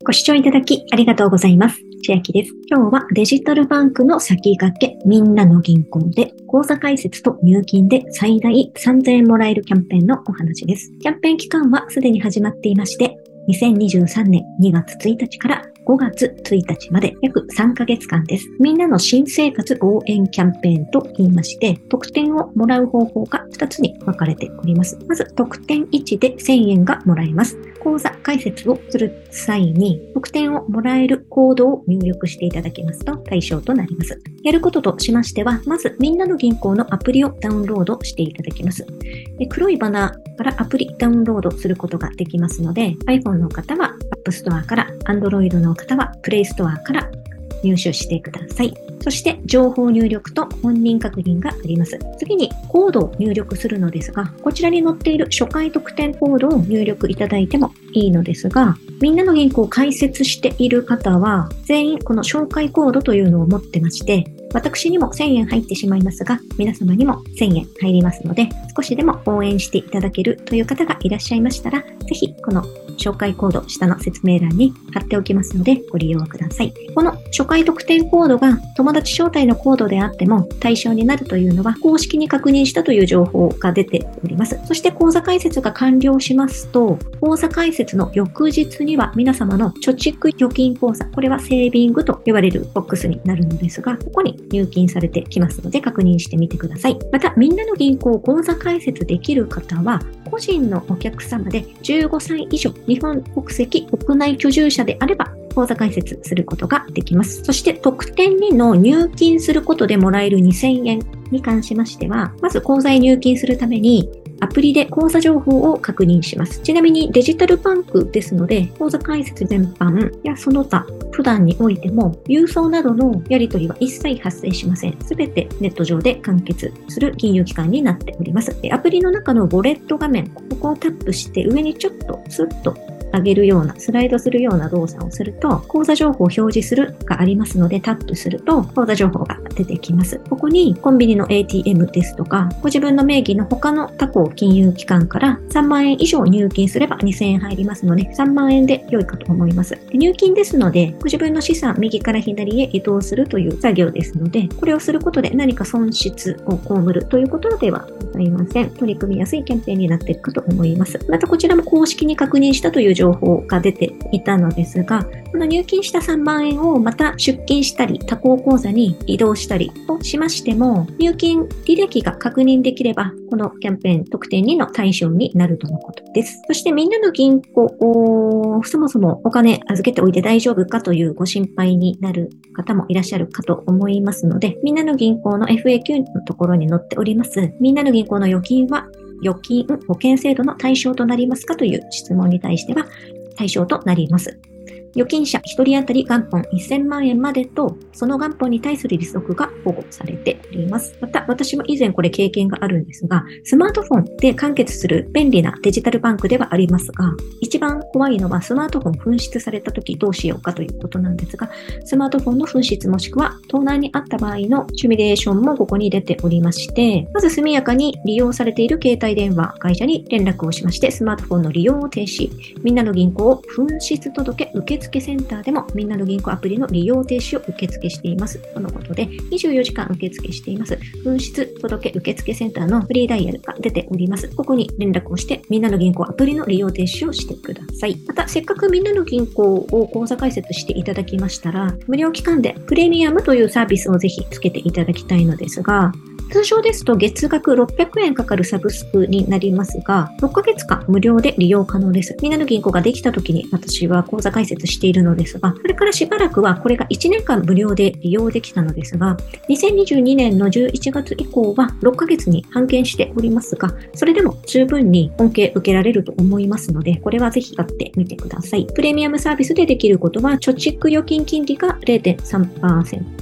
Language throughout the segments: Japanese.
ご視聴いただきありがとうございます。千秋です。今日はデジタルバンクの先駆けみんなの銀行で口座開設と入金で最大3000円もらえるキャンペーンのお話です。キャンペーン期間はすでに始まっていまして、2023年2月1日から5月1日まで約3ヶ月間です。みんなの新生活応援キャンペーンと言いまして、特典をもらう方法が2つに分かれております。まず特典1で1000円がもらえます。口座開設をする際に特典をもらえるコードを入力していただきますと対象となります。やることとしましては、まずみんなの銀行のアプリをダウンロードしていただきます。黒いバナーからアプリダウンロードすることができますので、iPhone の方は App Store から、Android の方は Play Store から入手してください。そして情報入力と本人確認があります。次にコードを入力するのですが、こちらに載っている初回特典コードを入力いただいてもいいのですが、みんなの銀行を開設している方は全員この紹介コードというのを持ってまして、私にも1000円入ってしまいますが、皆様にも1000円入りますので、少しでも応援していただけるという方がいらっしゃいましたら、ぜひこの紹介コード下の説明欄に貼っておきますのでご利用ください。この初回特典コードが友達招待のコードであっても対象になるというのは公式に確認したという情報が出ております。そして口座開設が完了しますと、口座開設の翌日には皆様の貯蓄預金口座、これはセービングと言われるボックスになるのですが、ここに入金されてきますので確認してみてください。また、みんなの銀行口座開設できる方は、個人のお客様で15歳以上、日本国籍、国内居住者であれば、口座開設することができます。そして特典2の入金することでもらえる2000円に関しましては、まず口座へ入金するためにアプリで口座情報を確認します。ちなみにデジタルバンクですので、口座開設全般やその他、普段においても郵送などのやり取りは一切発生しません。すべてネット上で完結する金融機関になっております。アプリの中のウォレット画面、ここをタップして上にちょっとスッと上げるような、スライドするような動作をすると、口座情報を表示するがありますので、タップすると、口座情報が出てきます。ここに、コンビニの ATM ですとか、ご自分の名義の他の他行金融機関から3万円以上入金すれば2000円入りますので、3万円で良いかと思います。入金ですので、ご自分の資産、右から左へ移動するという作業ですので、これをすることで何か損失を被るということではございません。取り組みやすいキャンペーンになっているかと思います。またこちらも公式に確認したという情報が出ていたのですが、この入金した3万円をまた出金したり他行口座に移動したりをしましても、入金履歴が確認できればこのキャンペーン特典2の対象になるとのことです。そしてみんなの銀行、そもそもお金預けておいて大丈夫かというご心配になる方もいらっしゃるかと思いますので、みんなの銀行の FAQ のところに載っておりますみんなの銀行の預金は預金保険制度の対象となりますかという質問に対しては対象となります。預金者1人当たり元本1000万円までと、その元本に対する利息が保護されております。また、私も以前これ経験があるんですが、スマートフォンで完結する便利なデジタルバンクではありますが、一番怖いのはスマートフォン紛失された時どうしようかということなんですが、スマートフォンの紛失もしくは盗難にあった場合のシミュレーションもここに出ておりまして、まず速やかに利用されている携帯電話会社に連絡をしまして、スマートフォンの利用を停止、みんなの銀行紛失届受付センターでもみんなの銀行アプリの利用停止を受付していますとのことで、24時間受付しています紛失届受付センターのフリーダイヤルが出ております。ここに連絡をしてみんなの銀行アプリの利用停止をしてください。また、せっかくみんなの銀行を口座開設していただきましたら、無料期間でプレミアムというサービスをぜひつけていただきたいのですが、通常ですと月額600円かかるサブスクになりますが、6ヶ月間無料で利用可能です。みんなの銀行ができた時に私は口座開設しているのですが、それからしばらくはこれが1年間無料で利用できたのですが、2022年の11月以降は6ヶ月に半減しておりますが、それでも十分に恩恵受けられると思いますので、これはぜひ使ってみてください。プレミアムサービスでできることは、貯蓄預金金利が 0.3%、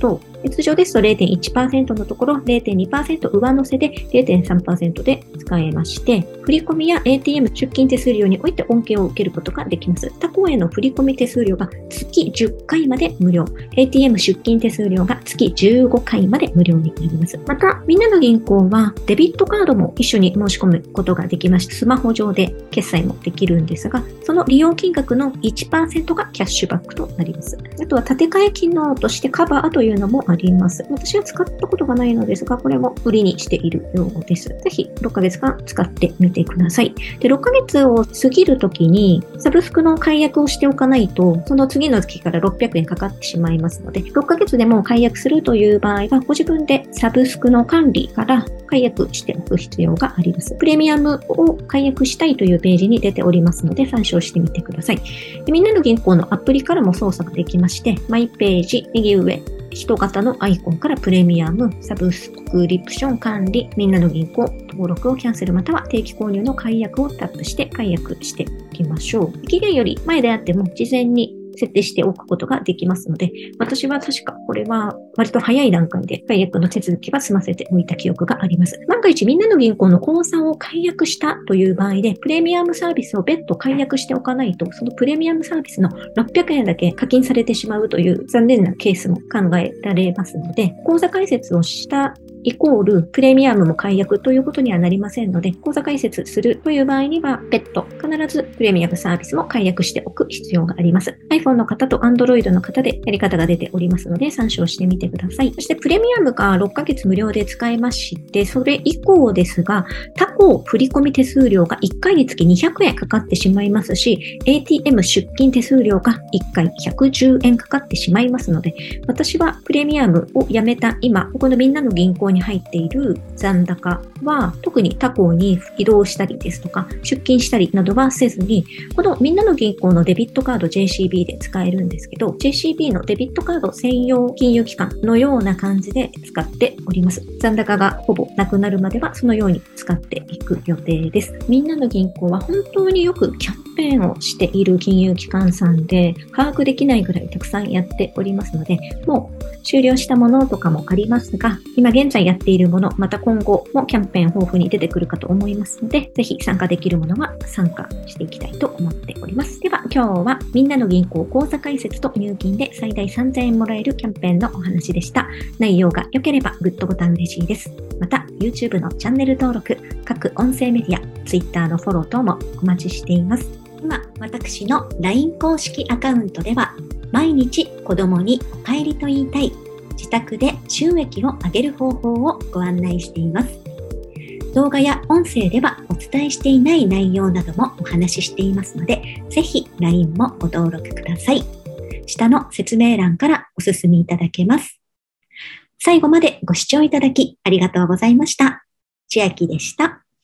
通常ですと 0.1% のところ 0.2% 上乗せで 0.3% で使えまして、振込や ATM 出金手数料において恩恵を受けることができます。他行への振込手数料が月10回まで無料、ATM 出金手数料が月15回まで無料になります。また、みんなの銀行はデビットカードも一緒に申し込むことができまして、スマホ上で決済もできるんですが、その利用金額の 1% がキャッシュバックとなります。あとは立て替え機能としてカバーというのもあります。私は使ったことがないのですが、これも売りにしているようです。ぜひ6ヶ月間使ってみてください。で、6ヶ月を過ぎるときにサブスクの解約をしておかないと、その次の月から600円かかってしまいますので、6ヶ月でも解約するという場合は、ご自分でサブスクの管理から解約しておく必要があります。プレミアムを解約したいというページに出ておりますので、参照してみてください。で、みんなの銀行のアプリからも操作ができまして、マイページ、右上、人型のアイコンからプレミアム、サブスクリプション管理、みんなの銀行、登録をキャンセルまたは定期購入の解約をタップして解約しておきましょう。期限より前であっても事前に設定しておくことができますので、私は確かこれは割と早い段階で解約の手続きは済ませておいた記憶があります。万が一みんなの銀行の口座を解約したという場合で、プレミアムサービスを別途解約しておかないと、そのプレミアムサービスの600円だけ課金されてしまうという残念なケースも考えられますので、口座開設をしたイコールプレミアムも解約ということにはなりませんので、口座開設するという場合には別途必ずプレミアムサービスも解約しておく必要があります。iPhone の方と Android の方でやり方が出ておりますので参照してみてください。そしてプレミアムが6ヶ月無料で使えまして、それ以降ですが、他行振込手数料が1回につき200円かかってしまいますし、ATM 出金手数料が1回110円かかってしまいますので、私はプレミアムをやめた今、このみんなの銀行に入っている残高は特に他行に移動したりですとか出金したりなどはせずに、このみんなの銀行のデビットカード JCB で使えるんですけど、JCB のデビットカード専用金融機関のような感じで使っております。残高がほぼなくなるまではそのように使っていく予定です。みんなの銀行は本当によくキャンペーンをしている金融機関さんで、把握できないぐらいたくさんやっておりますので、もう終了したものとかもありますが、今現在やっているもの、また今後もキャンペーン豊富に出てくるかと思いますので、ぜひ参加できるものは参加していきたいと思っております。では今日はみんなの銀行口座開設と入金で最大3000円もらえるキャンペーンのお話でした。内容が良ければグッドボタン嬉しいです。また YouTube のチャンネル登録、各音声メディア、Twitter のフォロー等もお待ちしています。今、私の LINE 公式アカウントでは、毎日子供にお帰りと言いたい、自宅で収益を上げる方法をご案内しています。動画や音声ではお伝えしていない内容などもお話ししていますので、ぜひ LINE もご登録ください。下の説明欄からお進みいただけます。最後までご視聴いただきありがとうございました。千秋でした。